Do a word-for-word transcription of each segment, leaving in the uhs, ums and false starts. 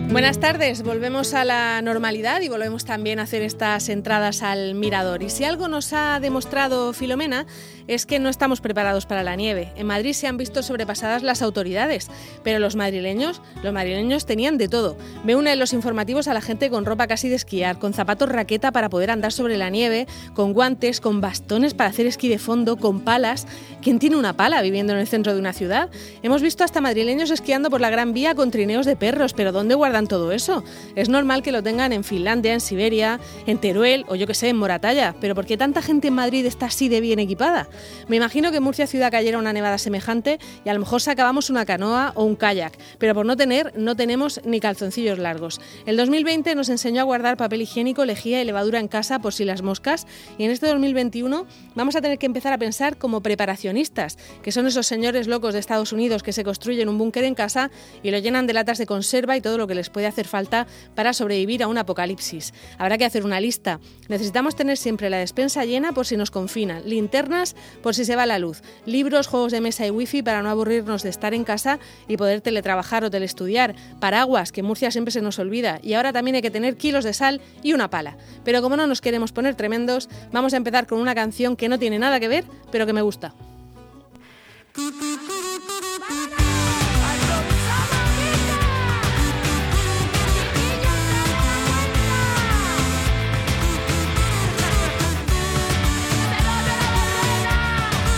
Buenas tardes, volvemos a la normalidad y volvemos también a hacer estas entradas al Mirador. Y si algo nos ha demostrado Filomena es que no estamos preparados para la nieve. En Madrid se han visto sobrepasadas las autoridades, pero los madrileños, los madrileños tenían de todo. Ve una en los informativos a la gente con ropa casi de esquiar, con zapatos raqueta para poder andar sobre la nieve, con guantes, con bastones para hacer esquí de fondo, con palas. ¿Quién tiene una pala viviendo en el centro de una ciudad? Hemos visto hasta madrileños esquiando por la Gran Vía con trineos de perros, pero ¿dónde guardan todo eso? Es normal que lo tengan en Finlandia, en Siberia, en Teruel o yo que sé, en Moratalla, pero ¿por qué tanta gente en Madrid está así de bien equipada? Me imagino que en Murcia ciudad cayera una nevada semejante y a lo mejor sacábamos una canoa o un kayak, pero por no tener, no tenemos ni calzoncillos largos. El dos mil veinte nos enseñó a guardar papel higiénico, lejía y levadura en casa por si las moscas, y en este dos mil veintiuno vamos a tener que empezar a pensar como preparacionistas, que son esos señores locos de Estados Unidos que se construyen un búnker en casa y lo llenan de latas de conserva y todo lo que les puede hacer falta para sobrevivir a un apocalipsis. Habrá que hacer una lista. Necesitamos tener siempre la despensa llena por si nos confinan, linternas por si se va la luz, libros, juegos de mesa y wifi para no aburrirnos de estar en casa y poder teletrabajar o telestudiar, paraguas, que en Murcia siempre se nos olvida, y ahora también hay que tener kilos de sal y una pala. Pero como no nos queremos poner tremendos, vamos a empezar con una canción que no tiene nada que ver, pero que me gusta.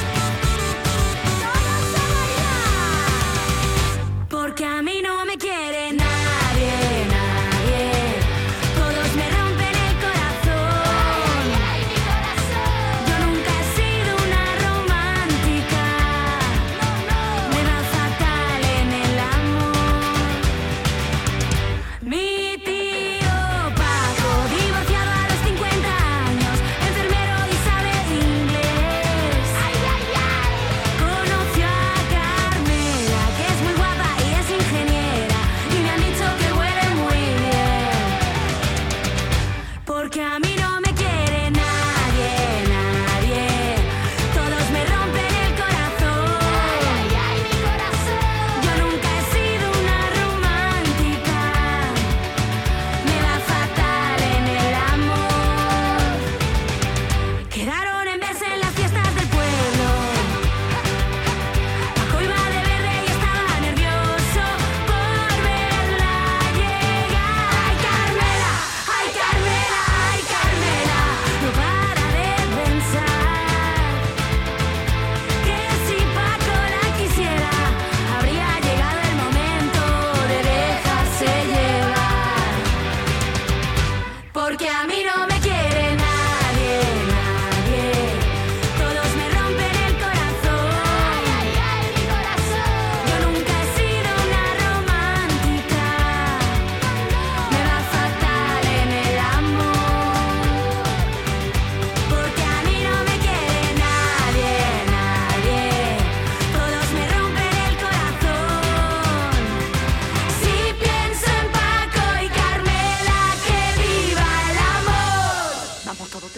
Porque a mí no me quiere